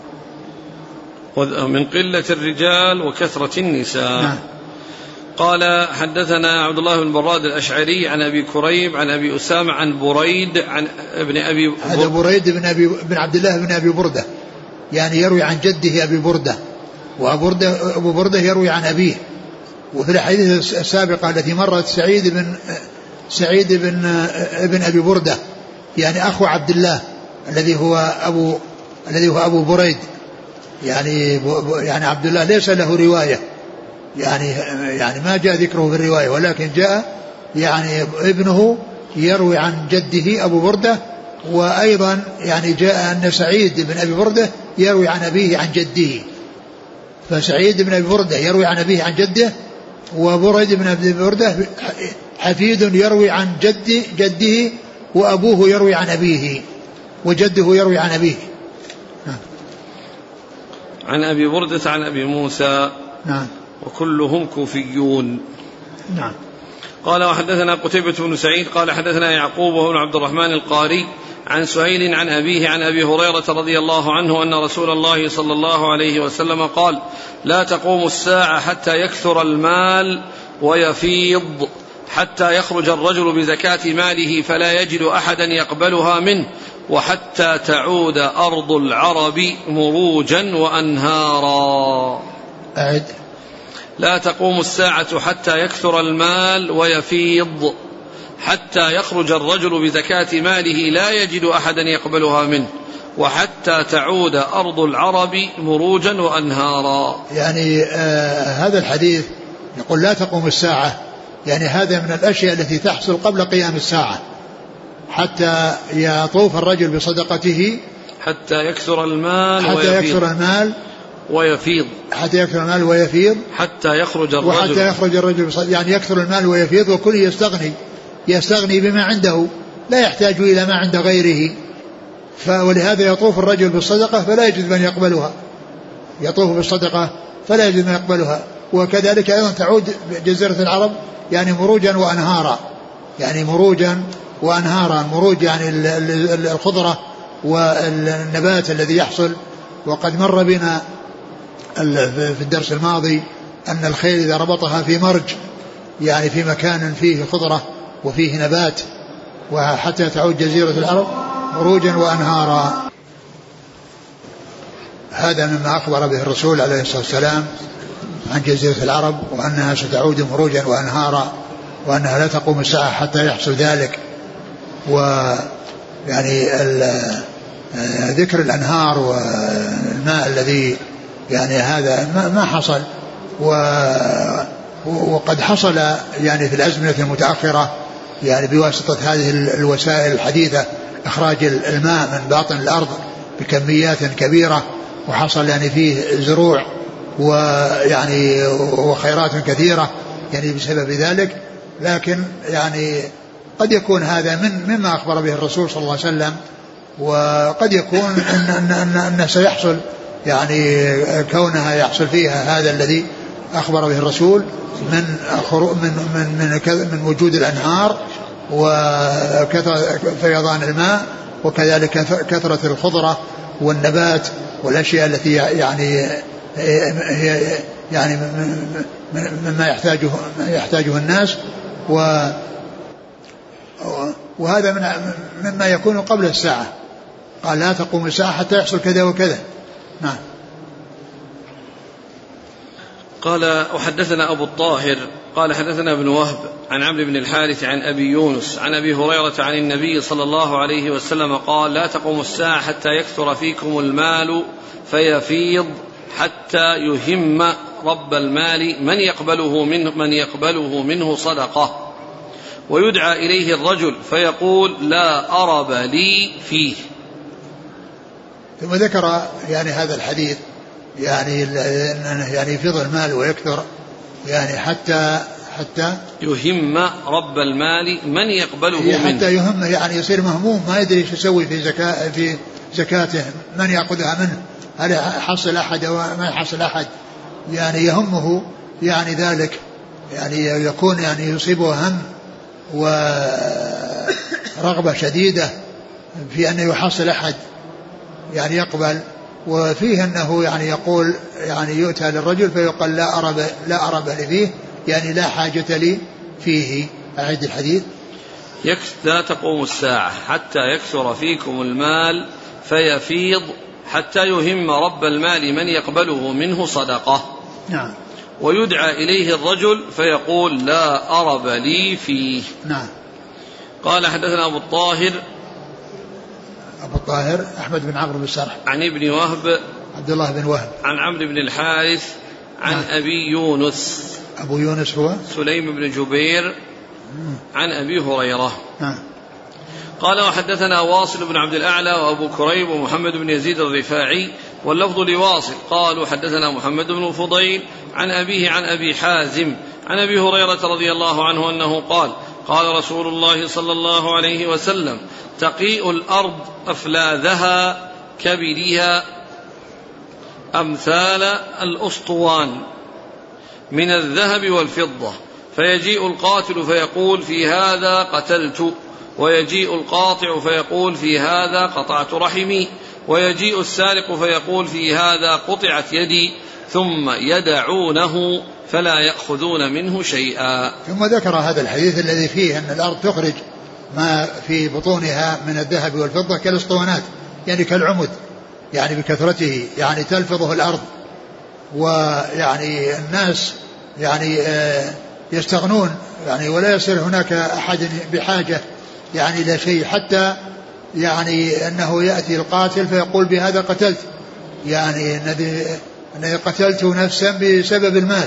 من قلة الرجال وكثرة النساء. نعم. قال حدثنا عبد الله بن براد الأشعري عن أبي كريب عن أبي أسامة عن بريد عن ابن أبي هذا بريد بن عبد الله بن أبي بردة، يعني يروي عن جده أبي بردة، وأبو بردة يروي عن أبيه. وفي الحديث السابقة التي مرت سعيد بن أبي بردة يعني أخو عبد الله الذي هو أبو بريد، يعني عبد الله ليس له رواية، يعني ما جاء ذكره في الرواية، ولكن جاء يعني ابنه يروي عن جده أبو بردة، وأيضا يعني جاء أن سعيد بن أبي بردة يروي عن أبيه عن جده، فسعيد بن أبي بردة يروي عن أبيه عن جده، وبريد بن أبي بردة حفيد يروي عن جده، وأبوه يروي عن أبيه، وجده يروي عن أبيه. عن أبي بردة عن أبي موسى. نعم. وكلهم كوفيون. نعم. قال وحدثنا قتيبة بن سعيد قال حدثنا يعقوب بن عبد الرحمن القاري عن سهيل عن أبيه عن أبي هريرة رضي الله عنه أن رسول الله صلى الله عليه وسلم قال لا تقوم الساعة حتى يكثر المال ويفيض، حتى يخرج الرجل بزكاة ماله فلا يجد أحدا يقبلها منه، وحتى تعود أرض العرب مروجا وأنهارا. أعد. لا تقوم الساعة حتى يكثر المال ويفيض، حتى يخرج الرجل بزكاة ماله لا يجد أحدا يقبلها منه، وحتى تعود أرض العرب مروجا وأنهارا. يعني هذا الحديث يقول لا تقوم الساعة، يعني هذا من الأشياء التي تحصل قبل قيام الساعة، حتى يطوف الرجل بصدقته حتى يكثر المال ويفيض حتى يخرج الرجل يعني يكثر المال ويفيض، وكل يستغني بما عنده، لا يحتاج إلى ما عند غيره. ولهذا يطوف الرجل بالصدقة فلا يجد من يقبلها، يطوف بالصدقة فلا يجد من يقبلها. وكذلك أيضا تعود جزيرة العرب يعني مروجا وأنهارا. مروج يعني الخضرة والنبات الذي يحصل. وقد مر بنا في الدرس الماضي أن الخيل إذا ربطها في مرج يعني في مكان فيه خضرة وفيه نبات، وحتى تعود جزيرة العرب مروجا وأنهارا. هذا مما أخبر به الرسول عليه الصلاة والسلام عن جزيرة العرب، وأنها ستعود مروجا وأنهارا، وأنها لا تقوم الساعة حتى يحصل ذلك. ويعني ذكر الأنهار والماء الذي يعني هذا ما حصل، وقد حصل يعني في الأزمنة المتأخرة يعني بواسطة هذه الوسائل الحديثة إخراج الماء من باطن الأرض بكميات كبيرة، وحصل يعني فيه زروع ويعني وخيرات كثيرة يعني بسبب ذلك. لكن يعني قد يكون هذا مما أخبر به الرسول صلى الله عليه وسلم، وقد يكون أن سيحصل يعني كونها يحصل فيها هذا الذي أخبر به الرسول من وجود الأنهار وفيضان الماء، وكذلك كثرة الخضرة والنبات والأشياء التي يعني مما يحتاجه الناس، وهذا مما يكون قبل الساعة. قال لا تقوم الساعة حتى يحصل كذا وكذا. نعم. قال وحدثنا أبو الطاهر قال حدثنا ابن وهب عن عمرو بن الحارث عن أبي يونس عن أبي هريرة عن النبي صلى الله عليه وسلم قال لا تقوم الساعة حتى يكثر فيكم المال فيفيض حتى يهم رب المال من يقبله منه صدقة، ويدعى إليه الرجل فيقول لا أرب لي فيه. ثم ذكر يعني هذا الحديث يعني يفيض المال ويكثر يعني حتى يهم رب المال من يقبله منه، حتى يهم يعني يصير مهموم ما يدري ايش يسوي في زكاته، من يأخذها منه، هل يحصل أحد أو ما يحصل أحد، يعني يهمه يعني ذلك، يعني يكون يعني يصيبه هم ورغبة شديدة في أن يحصل أحد يعني يقبل. وفيه أنه يعني يقول يعني يؤتى للرجل فيقال لا أرب لي فيه، يعني لا حاجة لي فيه. أعد الحديث. لا تقوم الساعة حتى يكثر فيكم المال فيفيض حتى يهم رب المال من يقبله منه صدقة. نعم. ويدعى إليه الرجل فيقول لا أرب لي فيه. نعم. قال حدثنا أبو الطاهر أحمد بن عمرو بن السرح عن ابن وهب عبد الله بن وهب عن عمرو بن الحارث عن أبي يونس. أبو يونس هو سليم بن جبير عن أبي هريرة. قال وحدثنا واصل بن عبد الأعلى وأبو كريب ومحمد بن يزيد الرفاعي واللفظ لواصل قالوا حدثنا محمد بن فضيل عن أبيه عن أبي حازم عن أبي هريرة رضي الله عنه أنه قال قال رسول الله صلى الله عليه وسلم تقيء الأرض أفلاذها كبدها أمثال الأسطوان من الذهب والفضة، فيجيء القاتل فيقول في هذا قتلت، ويجيء القاطع فيقول في هذا قطعت رحمي، ويجيء السارق فيقول في هذا قطعت يدي، ثم يدعونه فلا يأخذون منه شيئا. ثم ذكر هذا الحديث الذي فيه أن الأرض تخرج ما في بطونها من الذهب والفضة كالاسطوانات، يعني كالعمد، يعني بكثرته يعني تلفظه الأرض، ويعني الناس يعني يستغنون يعني ولا يصير هناك أحد بحاجة يعني إلى شيء، حتى يعني أنه يأتي القاتل فيقول بهذا قتلت، يعني أنه قتلت نفسا بسبب المال،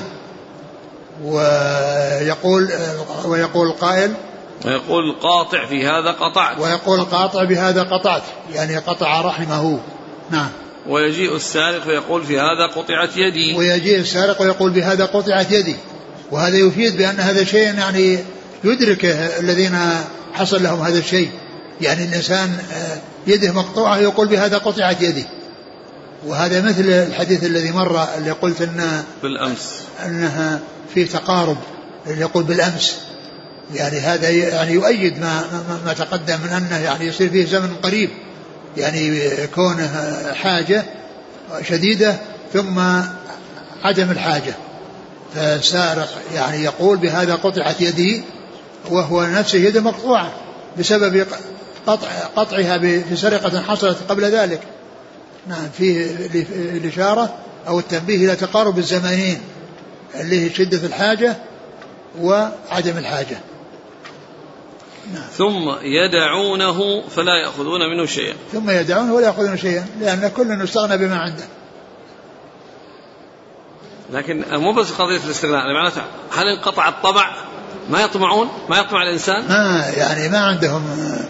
ويقول القائل ويقول القاطع في هذا قطعت، ويقول القاطع بهذا قطعت، يعني قطع رحمه. نعم. ويجيء السارق فيقول في هذا قطعت يدي، ويجيء السارق ويقول بهذا قطعت يدي. وهذا يفيد بأن هذا شيء يعني يدركه الذين حصل لهم هذا الشيء، يعني الإنسان يده مقطوعة يقول بهذا قطعت يدي. وهذا مثل الحديث الذي مر اللي قلت إنه بالأمس أنها في تقارب، اللي يقول بالأمس، يعني هذا يعني يؤيد ما تقدم من أنه يعني يصير فيه زمن قريب، يعني كونه حاجة شديدة ثم عدم الحاجة، فسارق يعني يقول بهذا قطعت يدي وهو نفسه يده مقطوعة بسبب قطعها بسرقة حصلت قبل ذلك. نعم. فيه الإشارة أو التنبيه إلى تقارب الزمانين اللي هي شدة الحاجة وعدم الحاجة. ثم يدعونه فلا يأخذون منه شيئا. ثم يدعونه ولا يأخذون شيئا لأن كل استغنى بما عنده. لكن مو بس قضية الاستغناء، معناته هل انقطع الطمع؟ ما يطمعون؟ ما يطمع الإنسان؟ ما عندهم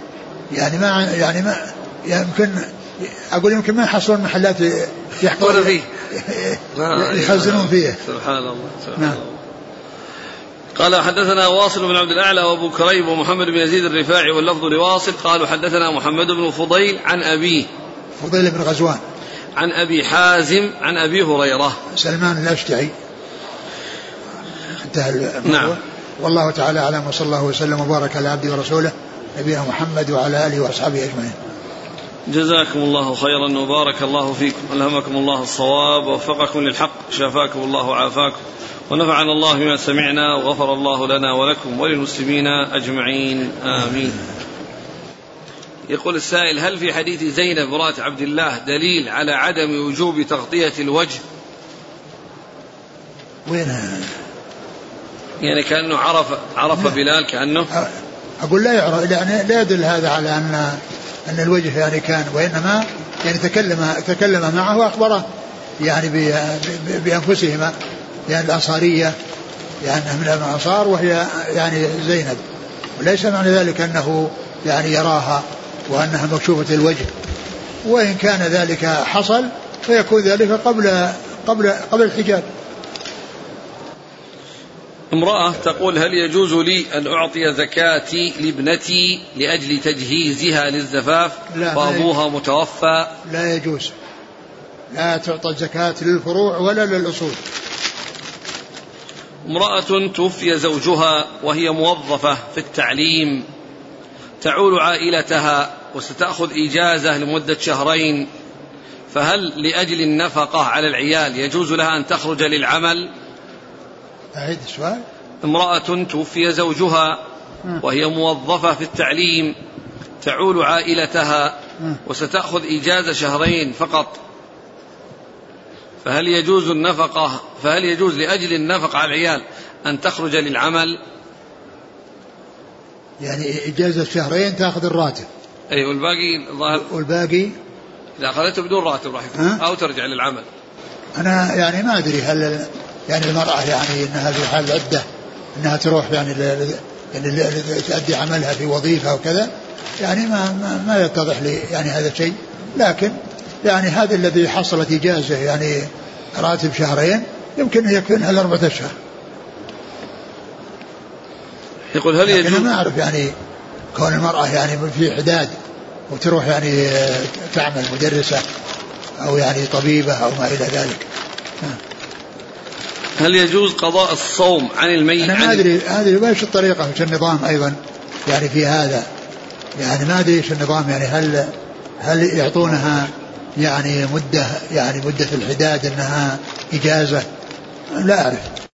ما يمكن أقول يمكن ما يحصلون محلات يحضرون فيه يخزنون فيه. سبحان الله. قال حدثنا واصل بن عبد الأعلى وأبو كريب ومحمد بن يزيد الرفاعي واللفظ لواصل قالوا حدثنا محمد بن فضيل عن أبيه فضيل بن غزوان عن أبي حازم عن أبي هريرة سلمان الأشجعي. انتهى. نعم. والله تعالى أعلم وصلى الله وسلم وبارك على عبده ورسوله نبينا محمد وعلى آله وأصحابه أجمعين. جزاكم الله خيرا وبارك الله فيكم، ألهمكم الله الصواب ووفقكم للحق، شفاكم الله وعافاكم، ونفعنا الله بما سمعنا، وغفر الله لنا ولكم وللمسلمين أجمعين، آمين. يقول السائل: هل في حديث زينب امرأة عبد الله دليل على عدم وجوب تغطية الوجه؟ وين يعني كأنه عرف بلال كأنه أقول لا يعرف، يعني لا يدل هذا على أن الوجه يعني كان، وإنما يعني تكلم معه وأخبره يعني بأنفسهما، يعني الأنصارية يعني من الأنصار وهي يعني زينب، وليس معنى ذلك أنه يعني يراها وأنها مكشوفة الوجه، وإن كان ذلك حصل فيكون ذلك قبل الحجاب. امرأة تقول: هل يجوز لي أن أعطي زكاتي لابنتي لأجل تجهيزها للزفاف وأبوها متوفى؟ لا يجوز، لا تعطى الزكاة للفروع ولا للأصول. امرأة توفي زوجها وهي موظفة في التعليم، تعول عائلتها وستأخذ إجازة لمدة شهرين، فهل لأجل النفقة على العيال يجوز لها أن تخرج للعمل؟ أعيد السؤال. امرأة توفي زوجها وهي موظفة في التعليم، تعول عائلتها وستأخذ إجازة شهرين فقط، فهل يجوز لأجل النفقة على العيال أن تخرج للعمل؟ يعني إجازة شهرين تأخذ الراتب. أي والباقي إذا أخذته بدون راتب راح يكون أو ترجع للعمل. أنا يعني ما أدري هل يعني المرأة يعني إنها في حال عدة إنها تروح يعني تؤدي عملها في وظيفة وكذا، يعني ما يتضح لي يعني هذا الشيء، لكن يعني هذا الذي حصلت إجازة يعني راتب شهرين يمكن يكفيها ل4 أشهر. يقول: هل يجوز؟ أنا ما أعرف يعني كون المرأة يعني في إعداد وتروح يعني تعمل مدرسة أو يعني طبيبة أو ما إلى ذلك. هل يجوز قضاء الصوم عن الميت؟ أنا ما أدري ما إيش الطريقة وش النظام أيضا يعني في هذا، يعني ما أدري إيش النظام، يعني هل يعطونها يعني مدة الحداد أنها إجازة؟ لا أعرف.